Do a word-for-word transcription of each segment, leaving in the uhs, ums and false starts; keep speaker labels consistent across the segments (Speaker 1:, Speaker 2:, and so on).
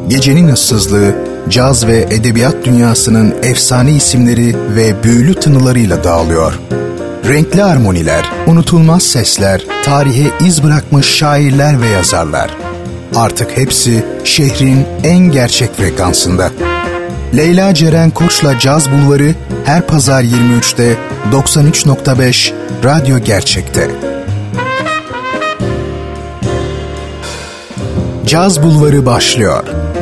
Speaker 1: Gecenin ıssızlığı, caz ve edebiyat dünyasının efsane isimleri ve büyülü tınılarıyla dağılıyor. Renkli armoniler, unutulmaz sesler, tarihe iz bırakmış şairler ve yazarlar. Artık hepsi şehrin en gerçek frekansında. Leyla Ceren Koç'la Caz Bulvarı her pazar yirmi üçte doksan üç nokta beş Radyo Gerçek'te. Caz Bulvarı başlıyor.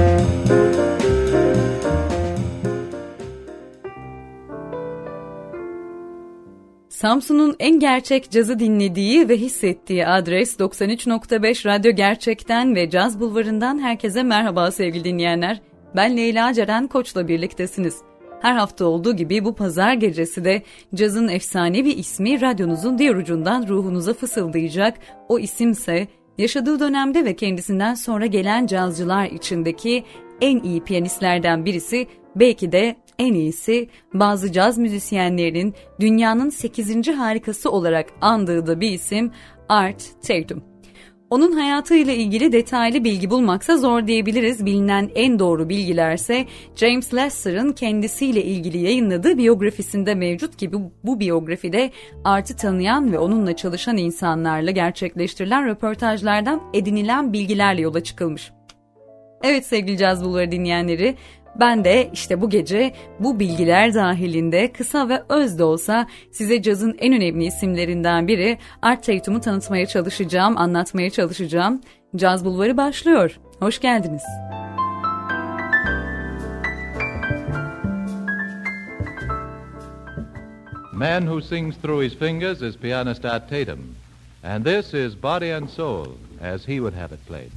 Speaker 2: Samsun'un en gerçek cazı dinlediği ve hissettiği adres doksan üç nokta beş Radyo Gerçek'ten ve Caz Bulvarı'ndan herkese merhaba sevgili dinleyenler. Ben Leyla Ceren Koç'la birliktesiniz. Her hafta olduğu gibi bu pazar gecesi de cazın efsanevi ismi radyonuzun diğer ucundan ruhunuza fısıldayacak. O isimse yaşadığı dönemde ve kendisinden sonra gelen cazcılar içindeki en iyi piyanistlerden birisi, belki de en iyisi, bazı caz müzisyenlerinin dünyanın sekizinci harikası olarak andığı da bir isim, Art Tatum. Onun hayatıyla ilgili detaylı bilgi bulmaksa zor diyebiliriz. Bilinen en doğru bilgilerse James Lesser'ın kendisiyle ilgili yayınladığı biyografisinde mevcut gibi bu biyografide Art'ı tanıyan ve onunla çalışan insanlarla gerçekleştirilen röportajlardan edinilen bilgilerle yola çıkılmış. Evet sevgili Caz Bulvarı dinleyenleri, ben de işte bu gece bu bilgiler dahilinde kısa ve öz de olsa size cazın en önemli isimlerinden biri Art Tatum'u tanıtmaya çalışacağım, anlatmaya çalışacağım. Caz Bulvarı başlıyor. Hoş geldiniz.
Speaker 3: Man who sings through his fingers is pianist Art Tatum. And this is Body and Soul, as he would have it played.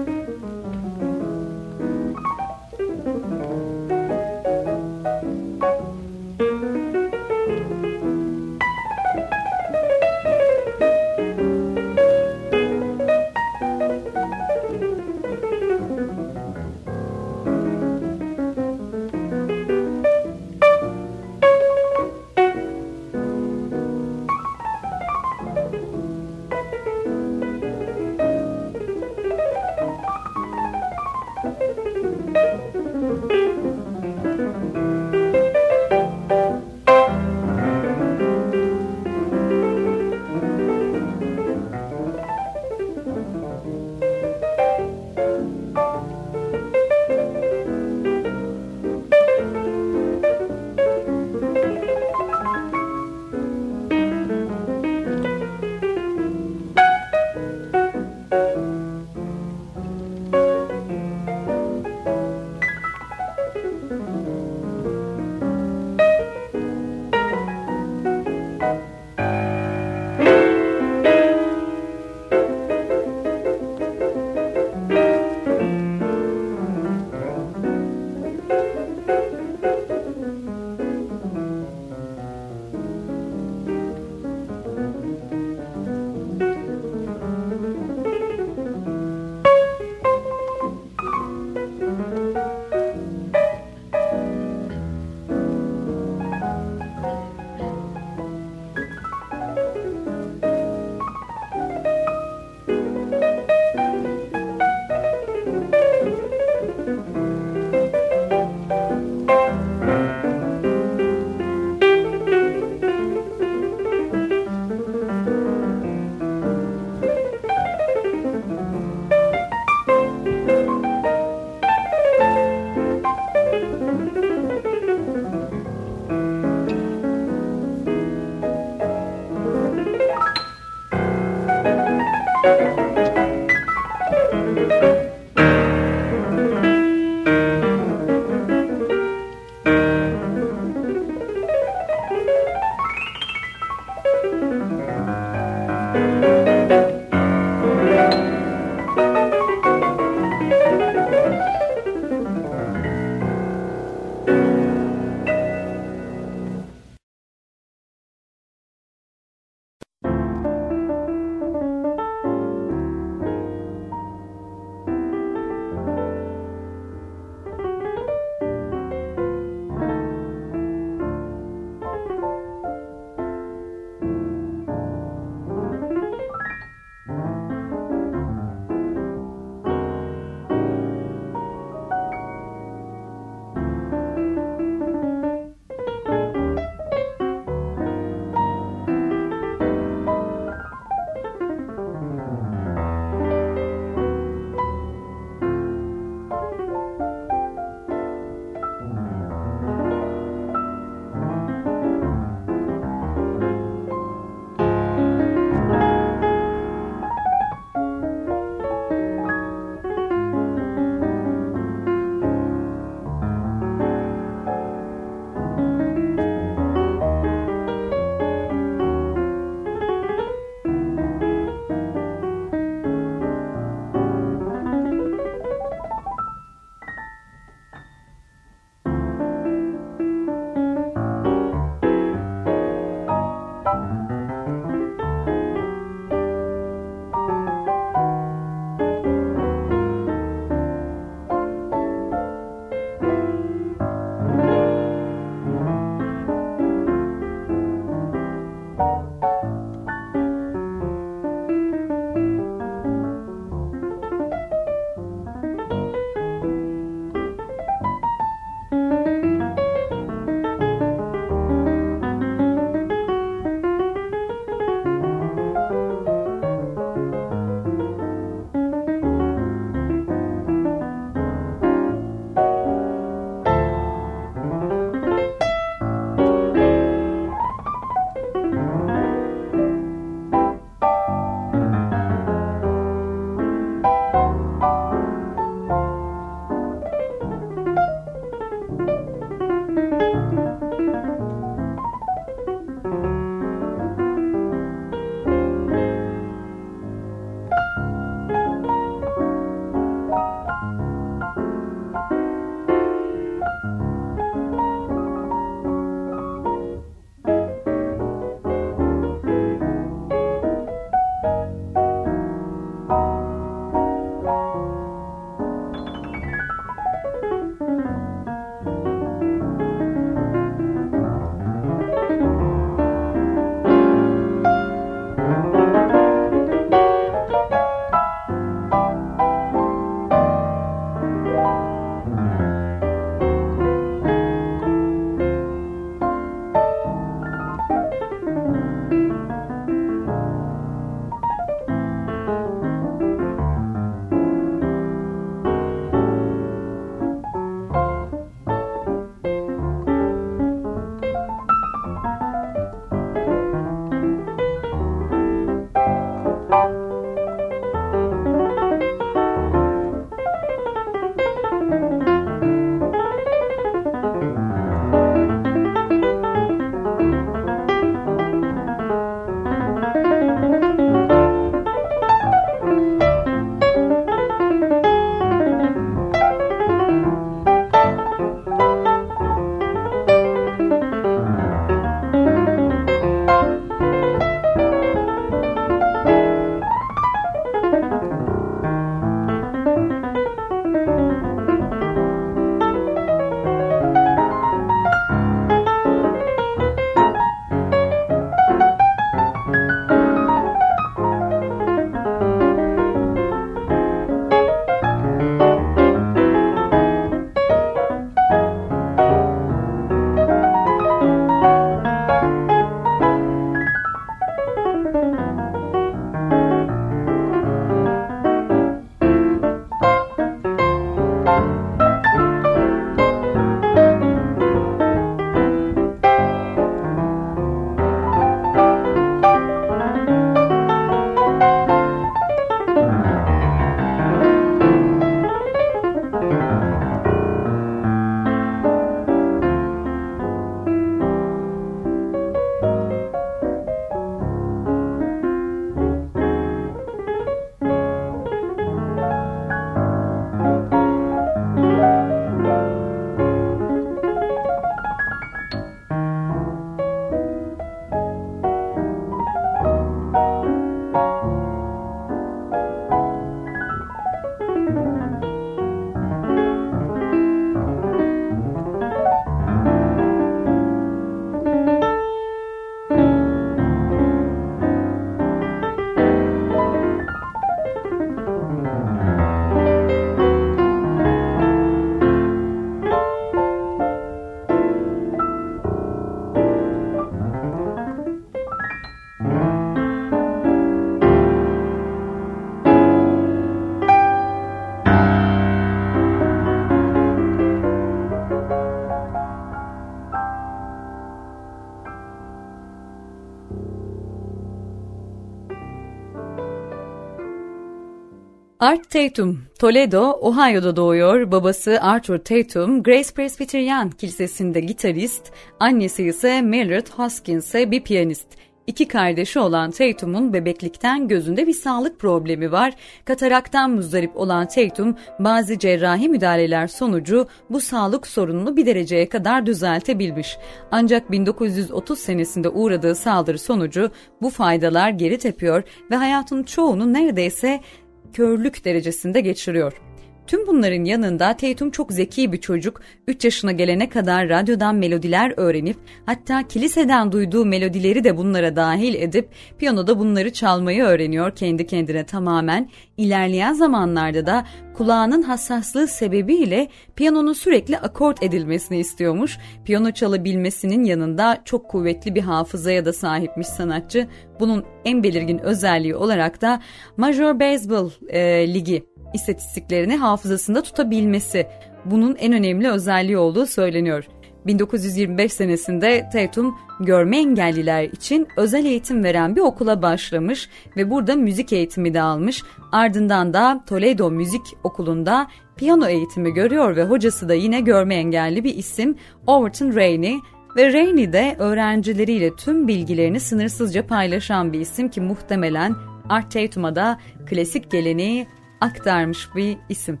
Speaker 2: Art Tatum, Toledo, Ohio'da doğuyor. Babası Arthur Tatum, Grace Presbyterian Kilisesi'nde gitarist, annesi ise Mildred Hoskins ise bir piyanist. İki kardeşi olan Tatum'un bebeklikten gözünde bir sağlık problemi var. Kataraktan muzdarip olan Tatum, bazı cerrahi müdahaleler sonucu bu sağlık sorununu bir dereceye kadar düzeltebilmiş. Ancak bin dokuz yüz otuz senesinde uğradığı saldırı sonucu bu faydalar geri tepiyor ve hayatının çoğunu neredeyse körlük derecesinde geçiriyor. Tüm bunların yanında Tatum çok zeki bir çocuk. üç yaşına gelene kadar radyodan melodiler öğrenip, hatta kiliseden duyduğu melodileri de bunlara dahil edip piyanoda bunları çalmayı öğreniyor kendi kendine tamamen. İlerleyen zamanlarda da kulağının hassaslığı sebebiyle piyanonun sürekli akort edilmesini istiyormuş. Piyano çalabilmesinin yanında çok kuvvetli bir hafızaya da sahipmiş sanatçı. Bunun en belirgin özelliği olarak da Major Baseball e, Ligi istatistiklerini hafızasında tutabilmesi. Bunun en önemli özelliği olduğu söyleniyor. bin dokuz yüz yirmi beş senesinde Tatum görme engelliler için özel eğitim veren bir okula başlamış ve burada müzik eğitimi de almış. Ardından da Toledo Müzik Okulu'nda piyano eğitimi görüyor ve hocası da yine görme engelli bir isim, Overton Rainey. Ve Rainey de öğrencileriyle tüm bilgilerini sınırsızca paylaşan bir isim ki muhtemelen Art Tatum'a da klasik geleneği aktarmış bir isim.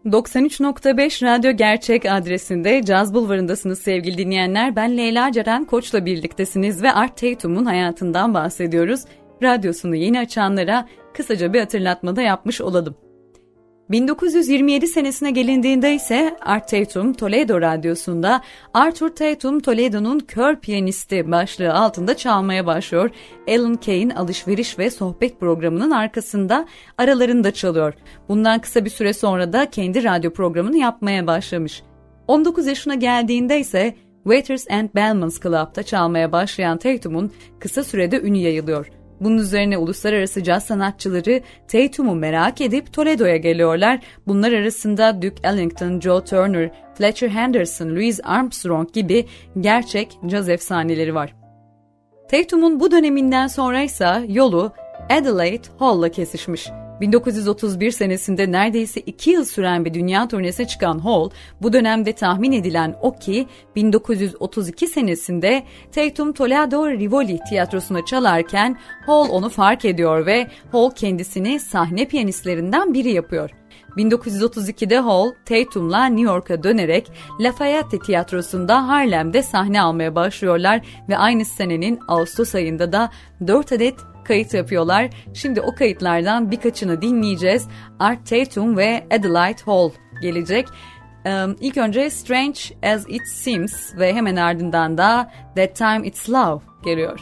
Speaker 2: doksan üç nokta beş Radyo Gerçek adresinde Caz Bulvarı'ndasınız sevgili dinleyenler. Ben Leyla Ceren Koç'la birliktesiniz ve Art Tatum'un hayatından bahsediyoruz. Radyosunu yeni açanlara kısaca bir hatırlatma da yapmış olalım. bin dokuz yüz yirmi yedi senesine gelindiğinde ise Art Tatum, Toledo Radyosu'nda Arthur Tatum Toledo'nun kör piyanisti başlığı altında çalmaya başlıyor. Alan Kay'in alışveriş ve sohbet programının arkasında aralarında çalıyor. Bundan kısa bir süre sonra da kendi radyo programını yapmaya başlamış. on dokuz yaşına geldiğinde ise Waiters and Bellman's Club'da çalmaya başlayan Tatum'un kısa sürede ünü yayılıyor. Bunun üzerine uluslararası caz sanatçıları Tatum'u merak edip Toledo'ya geliyorlar. Bunlar arasında Duke Ellington, Joe Turner, Fletcher Henderson, Louis Armstrong gibi gerçek caz efsaneleri var. Tatum'un bu döneminden sonra ise yolu Adelaide Hall'la kesişmiş. bin dokuz yüz otuz bir senesinde neredeyse iki yıl süren bir dünya turnesine çıkan Hall, bu dönemde tahmin edilen o ki bin dokuz yüz otuz iki senesinde Tatum Toledo Rivoli tiyatrosuna çalarken Hall onu fark ediyor ve Hall kendisini sahne piyanistlerinden biri yapıyor. bin dokuz yüz otuz ikide Hall, Tatum'la New York'a dönerek Lafayette Tiyatrosu'nda Harlem'de sahne almaya başlıyorlar ve aynı senenin Ağustos ayında da dört adet kayıt yapıyorlar. Şimdi o kayıtlardan birkaçını dinleyeceğiz. Art Tatum ve Adelaide Hall gelecek. Ee, ilk önce Strange as It Seems ve hemen ardından da That Time It's Love geliyor.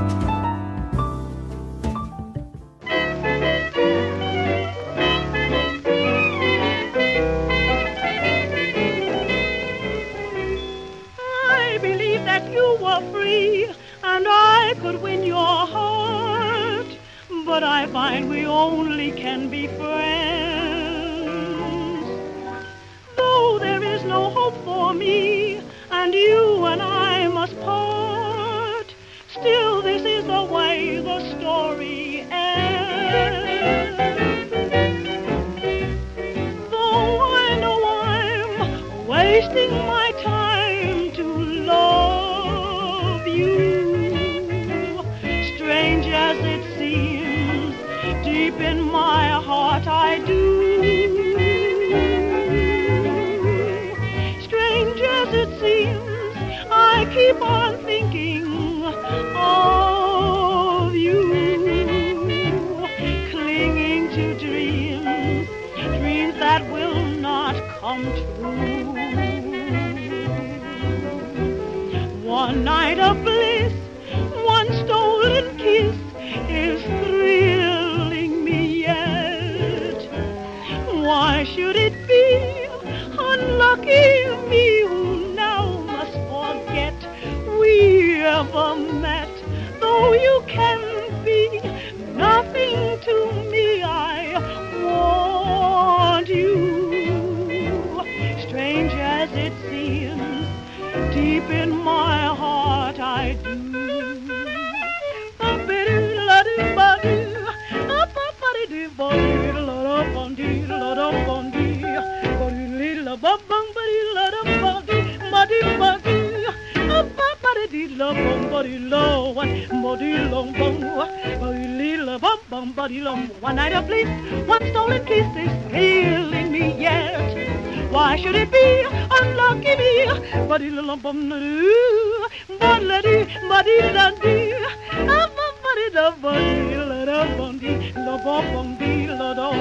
Speaker 4: I believe that you were free and I could win your heart. But I find we only can be friends. Though there is no hope for me, and you and I must part, still this is the way the story ends. Though I know I'm wasting my time to love you, strange as it seems, deep in my heart I do. Strange as it seems, I keep on thinking of you, clinging to dreams, dreams that will not come true. One night of bliss, one stolen kiss is thrilling me yet. Why should it be unlucky me who now must forget we ever met? Though you can be nothing to me, I want you. Strange as it seems, deep in my heart I do. One night of bliss, one stolen kiss is thrilling me yet. Why should it be unlucky me? Body la bum la do, body la do, body la do, body la body la da bum di la bum di la do.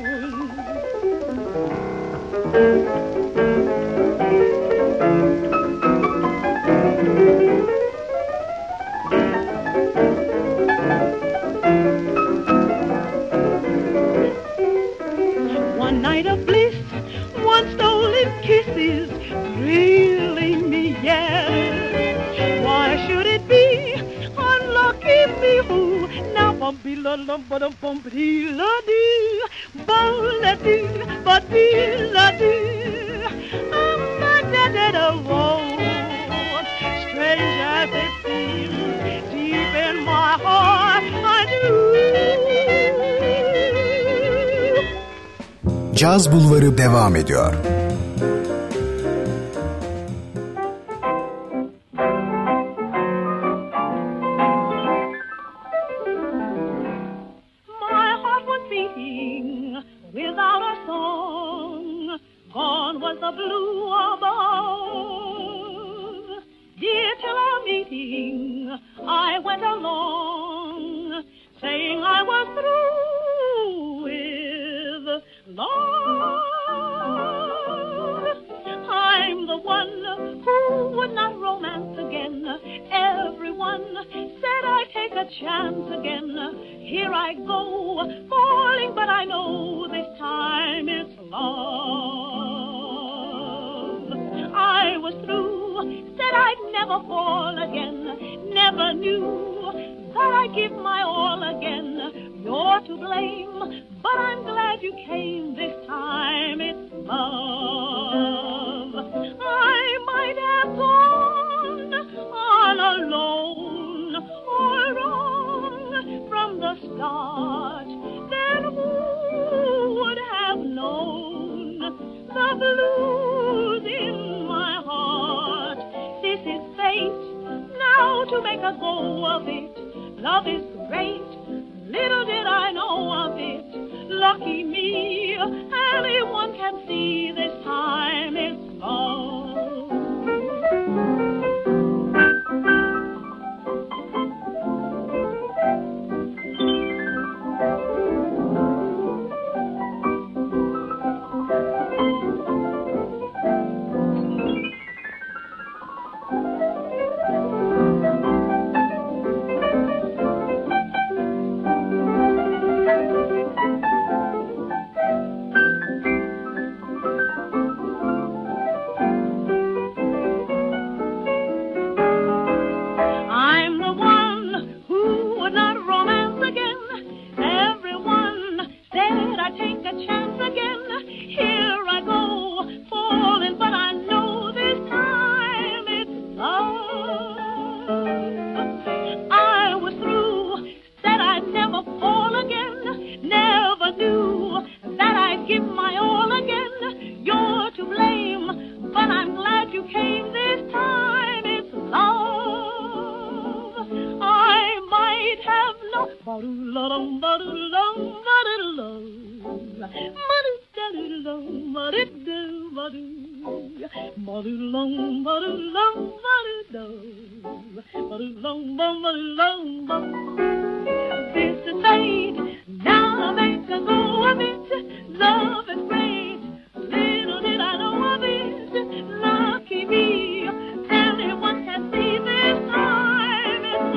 Speaker 4: One night of bliss, one stolen kiss is thrilling me yet. Why should it be unlucky me who now bumpy la la ba da bumpy la do, ba la do, ba dee la do, ah ma da da da whoa. Strange as it seems, deep in my heart I do.
Speaker 1: Caz Bulvarı devam ediyor.
Speaker 4: My heart was beating without a song. the blue above. Dear, till our meeting I went along, saying I was through with love. I'm the one who would not romance again. Everyone said I'd take a chance again. Here I go, falling, but I know this time it's love. I was through, said I'd never fall again. Never knew that I'd give my all again. You're to blame, but I'm glad you came. This time it's love. I might have gone on alone or wrong from the start. Then who would have known the blues in my heart? This is fate, now to make a go of it. Love is great, little did I know of it. Lucky me, anyone can see this time it's love. This is fate, now make a go of it. Love is great, little did I know of it. Lucky me, anyone can see this time it's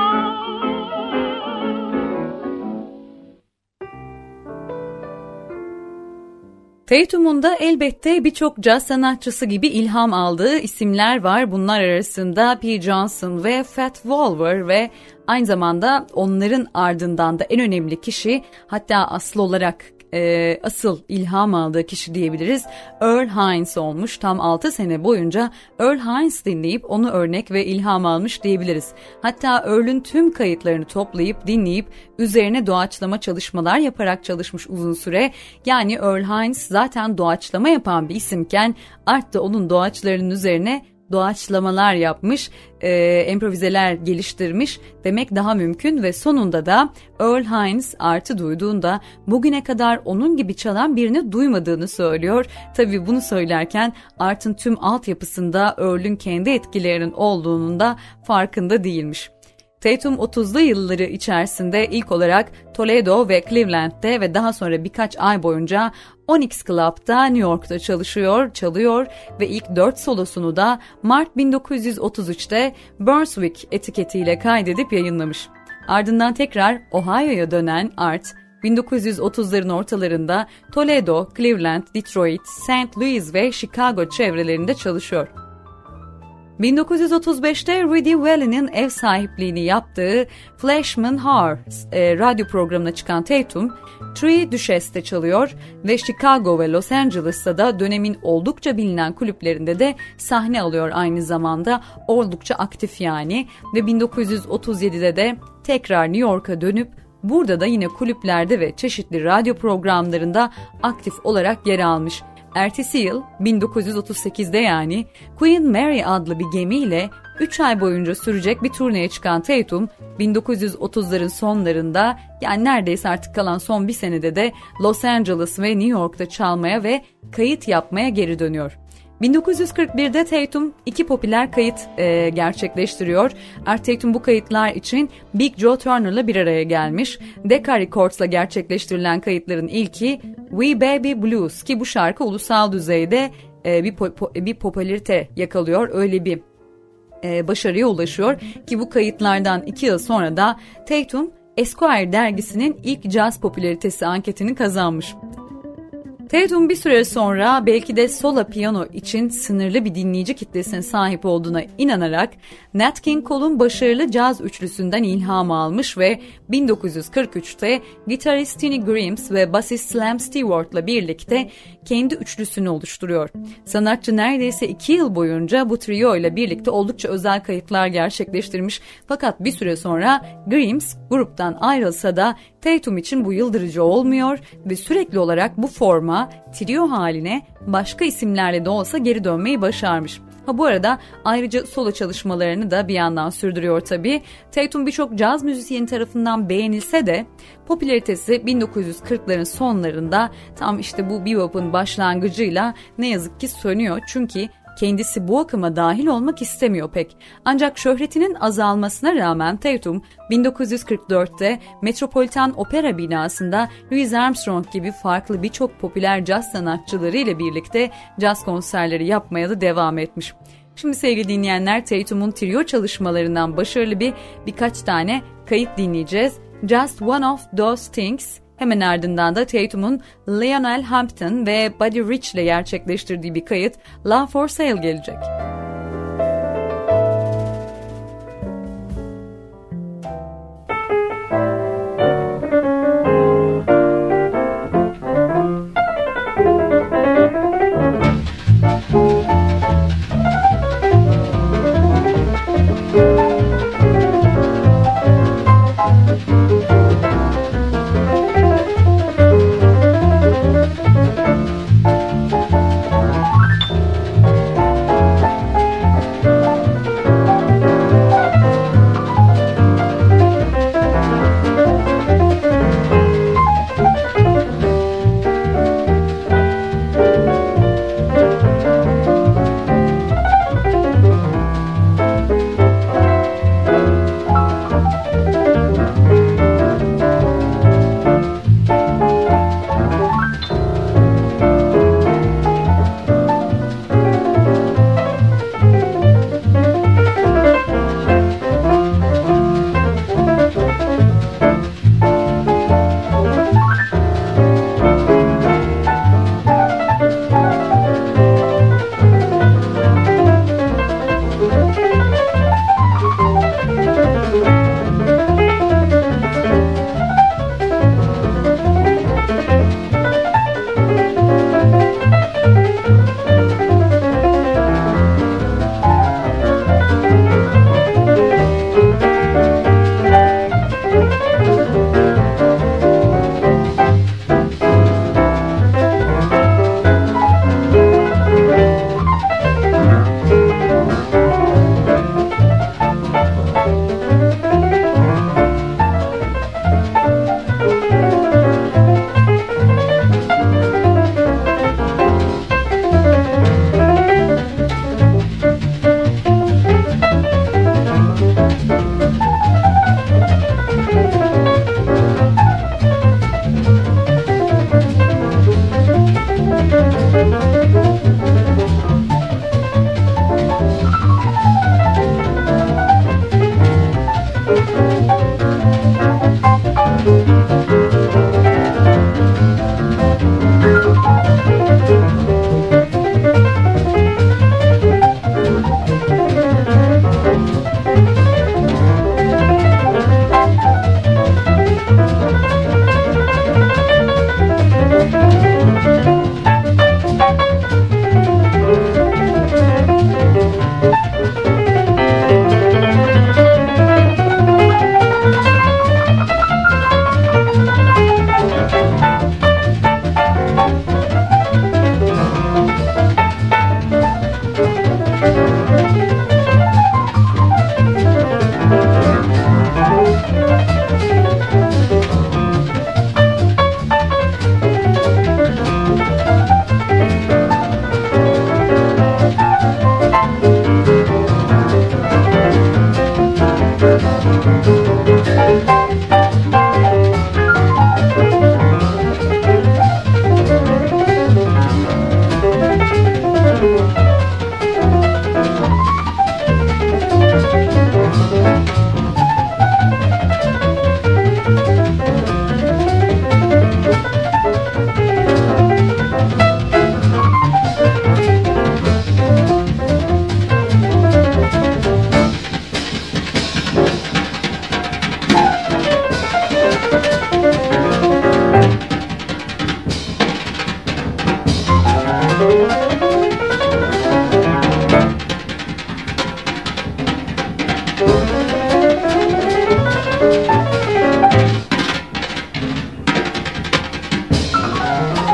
Speaker 2: Tatum'un da elbette birçok caz sanatçısı gibi ilham aldığı isimler var. Bunlar arasında P. Johnson ve Fat Walker ve aynı zamanda onların ardından da en önemli kişi, hatta asıl olarak e, asıl ilham aldığı kişi diyebiliriz, Earl Hines olmuş. Tam altı sene boyunca Earl Hines dinleyip onu örnek ve ilham almış diyebiliriz. Hatta Earl'ün tüm kayıtlarını toplayıp dinleyip üzerine doğaçlama çalışmalar yaparak çalışmış uzun süre. Yani Earl Hines zaten doğaçlama yapan bir isimken Art da onun doğaçlarının üzerine doğaçlamalar yapmış, e, improvizeler geliştirmiş demek daha mümkün ve sonunda da Earl Hines Art'ı duyduğunda bugüne kadar onun gibi çalan birini duymadığını söylüyor. Tabii bunu söylerken Art'ın tüm altyapısında Earl'ün kendi etkilerinin olduğunun da farkında değilmiş. Tatum otuzlu yılları içerisinde ilk olarak Toledo ve Cleveland'de ve daha sonra birkaç ay boyunca Onyx Club'da New York'ta çalışıyor, çalıyor ve ilk dört solosunu da Mart bin dokuz yüz otuz üçte Brunswick etiketiyle kaydedip yayınlamış. Ardından tekrar Ohio'ya dönen Art, bin dokuz yüz otuzların ortalarında Toledo, Cleveland, Detroit, Saint Louis ve Chicago çevrelerinde çalışıyor. bin dokuz yüz otuz beşte Rudy Valley'nin ev sahipliğini yaptığı Flashman Hearts e, radyo programına çıkan Tatum, Three Duchess'te çalıyor ve Chicago ve Los Angeles'ta da dönemin oldukça bilinen kulüplerinde de sahne alıyor aynı zamanda, oldukça aktif yani, ve bin dokuz yüz otuz yedide de tekrar New York'a dönüp burada da yine kulüplerde ve çeşitli radyo programlarında aktif olarak yer almış. Ertesi yıl bin dokuz yüz otuz sekizde yani Queen Mary adlı bir gemiyle üç ay boyunca sürecek bir turneye çıkan Tatum, bin dokuz yüz otuzların sonlarında, yani neredeyse artık kalan son bir senede de Los Angeles ve New York'ta çalmaya ve kayıt yapmaya geri dönüyor. bin dokuz yüz kırk birde Tatum iki popüler kayıt e, gerçekleştiriyor. Art Tatum bu kayıtlar için Big Joe Turner'la bir araya gelmiş. Decca Records'la gerçekleştirilen kayıtların ilki We Baby Blues, ki bu şarkı ulusal düzeyde e, bir, po- bir popülarite yakalıyor. Öyle bir e, başarıya ulaşıyor ki bu kayıtlardan iki yıl sonra da Tatum Esquire dergisinin ilk caz popülaritesi anketini kazanmış. Tatum bir süre sonra belki de solo piyano için sınırlı bir dinleyici kitlesine sahip olduğuna inanarak Nat King Cole'un başarılı caz üçlüsünden ilham almış ve bin dokuz yüz kırk üçte gitarist Tiny Grimes ve basist Slam Stewart'la birlikte kendi üçlüsünü oluşturuyor. Sanatçı neredeyse iki yıl boyunca bu trio ile birlikte oldukça özel kayıtlar gerçekleştirmiş, fakat bir süre sonra Grimes gruptan ayrılsa da Tatum için bu yıldırıcı olmuyor ve sürekli olarak bu forma, trio haline başka isimlerle de olsa geri dönmeyi başarmış. Ha bu arada ayrıca solo çalışmalarını da bir yandan sürdürüyor tabii. Tatum birçok caz müzisyeni tarafından beğenilse de popülaritesi bin dokuz yüz kırkların sonlarında tam işte bu bebop'un başlangıcıyla ne yazık ki sönüyor. Çünkü kendisi bu akıma dahil olmak istemiyor pek. Ancak şöhretinin azalmasına rağmen Tatum bin dokuz yüz kırk dörtte Metropolitan Opera binasında Louis Armstrong gibi farklı birçok popüler caz sanatçıları ile birlikte caz konserleri yapmaya da devam etmiş. Şimdi sevgili dinleyenler, Tatum'un trio çalışmalarından başarılı bir birkaç tane kayıt dinleyeceğiz. Just One of Those Things. Hemen ardından da Tatum'un Lionel Hampton ve Buddy Rich ile gerçekleştirdiği bir kayıt Love for Sale gelecek.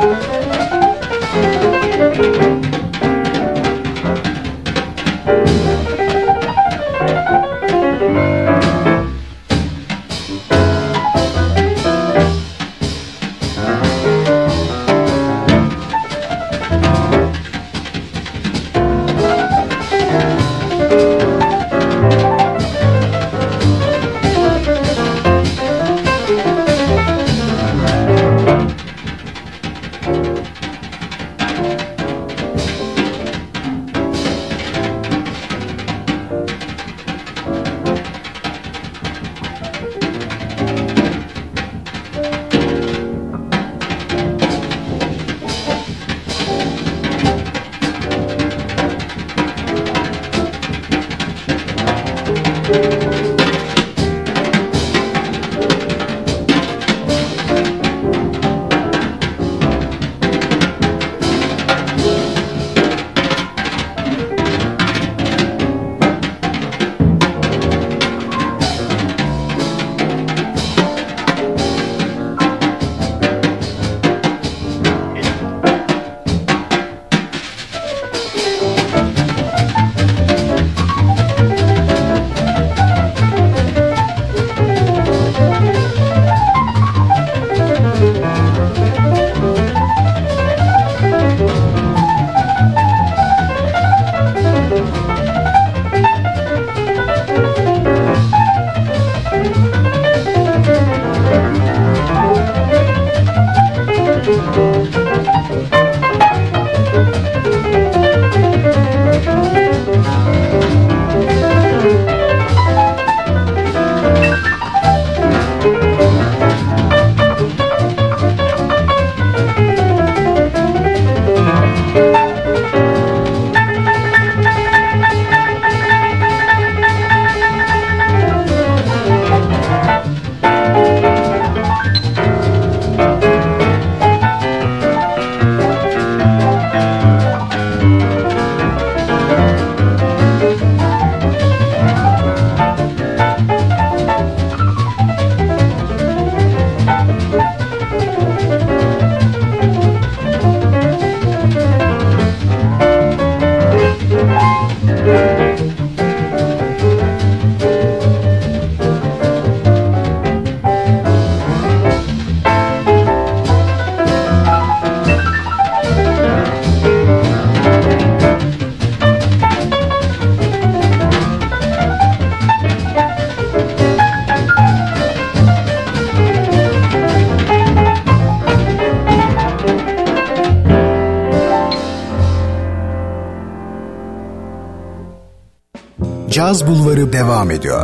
Speaker 1: Caz Bulvarı devam ediyor.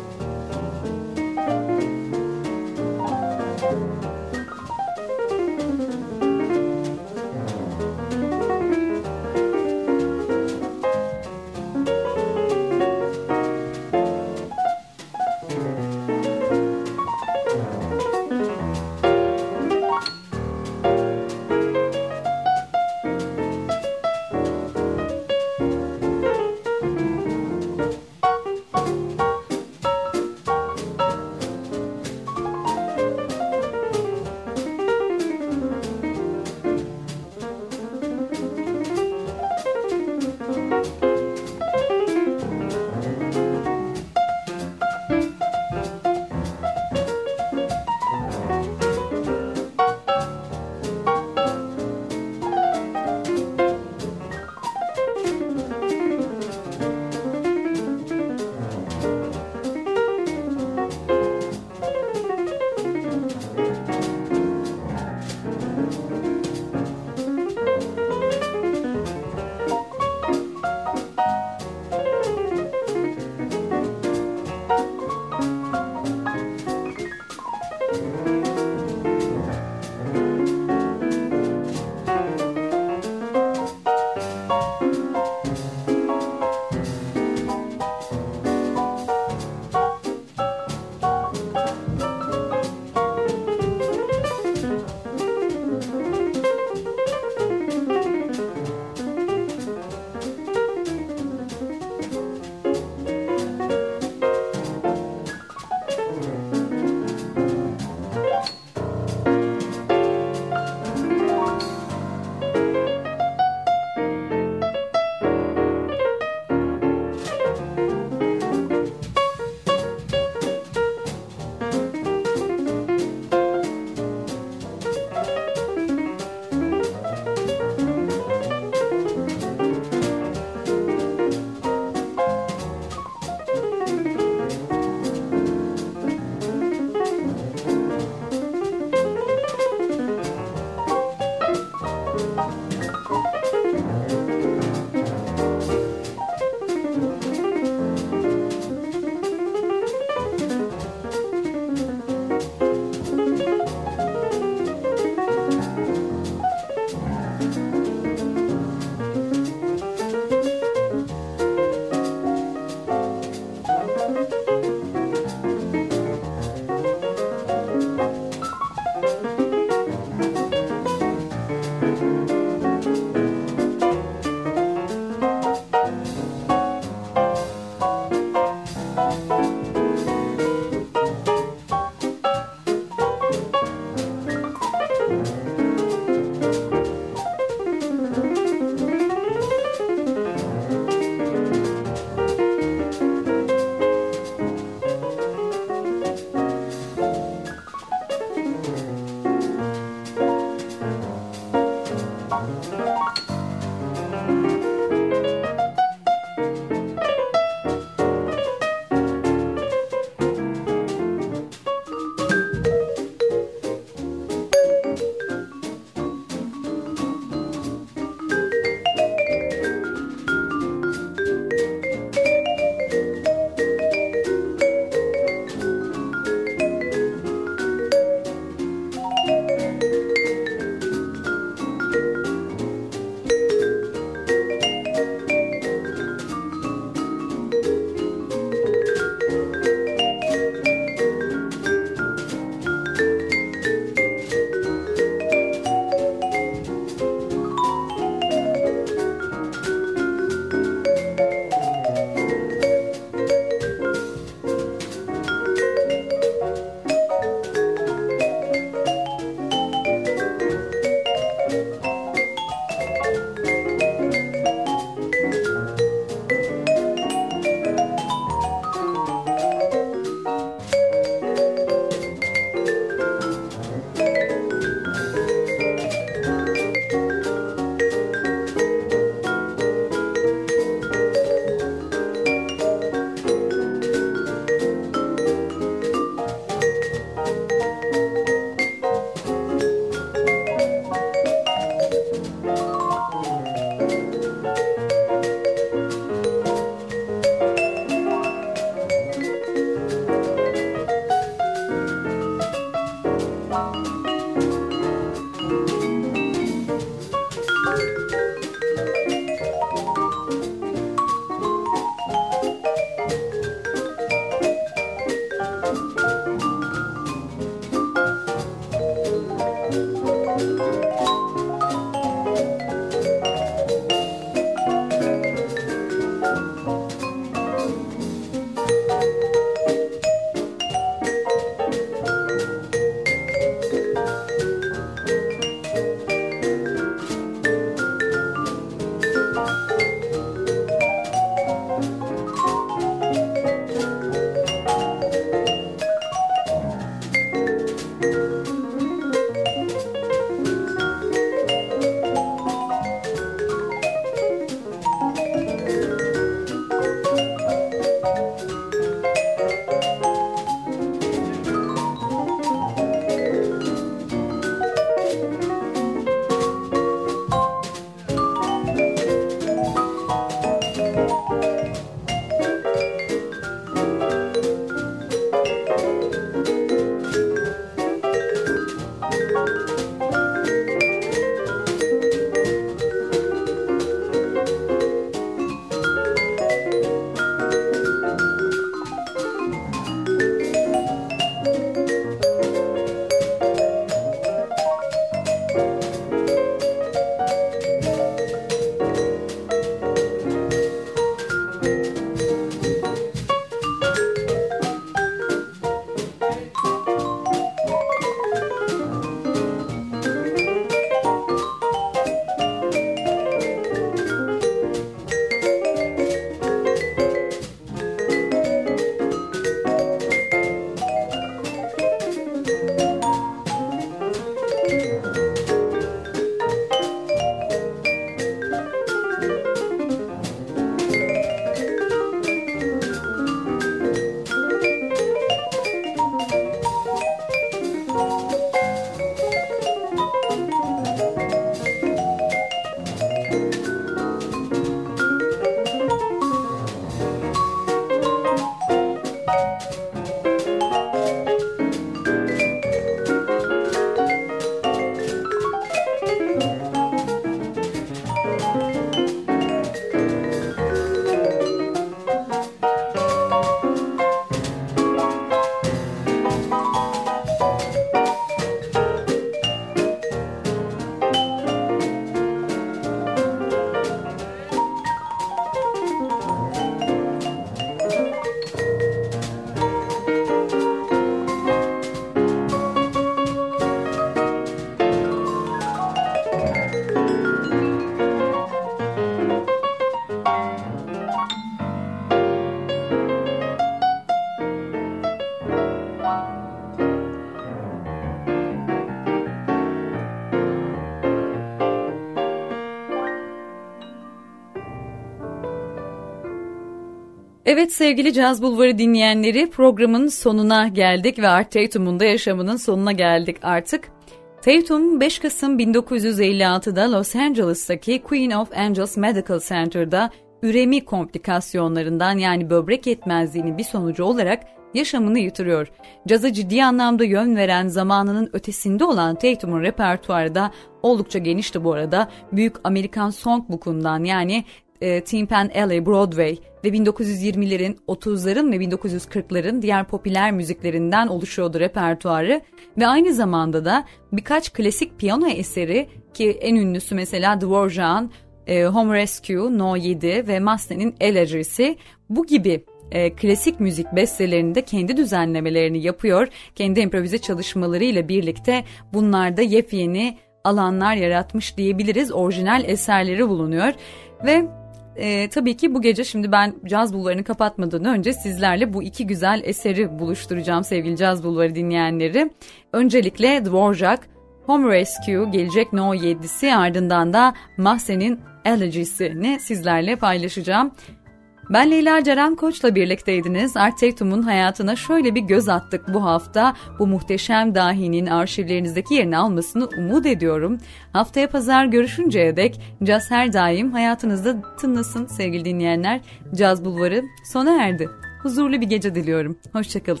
Speaker 2: Evet sevgili Caz Bulvarı dinleyenleri, programın sonuna geldik ve Art Tatum'un da yaşamının sonuna geldik artık. Tatum beş Kasım bin dokuz yüz elli altıda Los Angeles'taki Queen of Angels Medical Center'da üremi komplikasyonlarından yani böbrek yetmezliğinin bir sonucu olarak yaşamını yitiriyor. Caza ciddi anlamda yön veren, zamanının ötesinde olan Tatum'un repertuarı da oldukça genişti bu arada. Büyük Amerikan Songbook'undan yani e, Tin Pan Alley, Broadway ve bin dokuz yüz yirmilerin, otuzların ve bin dokuz yüz kırkların diğer popüler müziklerinden oluşuyordu repertuarı ve aynı zamanda da birkaç klasik piyano eseri ki en ünlüsü mesela Dvorak'ın e, Home Rescue, No yedi ve Massen'in Elegisi bu gibi E, klasik müzik bestelerinde kendi düzenlemelerini yapıyor. Kendi improvize çalışmalarıyla birlikte bunlarda yepyeni alanlar yaratmış diyebiliriz. Orijinal eserleri bulunuyor ve e, tabii ki bu gece şimdi ben Caz Bulvarı'nı kapatmadan önce sizlerle bu iki güzel eseri buluşturacağım sevgili Caz Bulvarı dinleyenleri. Öncelikle Dvorak, Home Rescue gelecek No yedisi, ardından da Massen'in Elegisini sizlerle paylaşacağım. Ben Leyla Ceren Koç'la birlikteydiniz. Art Tatum'un hayatına şöyle bir göz attık bu hafta. Bu muhteşem dahinin arşivlerinizdeki yerini almasını umut ediyorum. Haftaya pazar görüşünceye dek caz her daim hayatınızda tınlasın sevgili dinleyenler. Caz Bulvarı sona erdi. Huzurlu bir gece diliyorum. Hoşçakalın.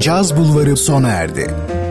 Speaker 1: Caz Bulvarı sona erdi.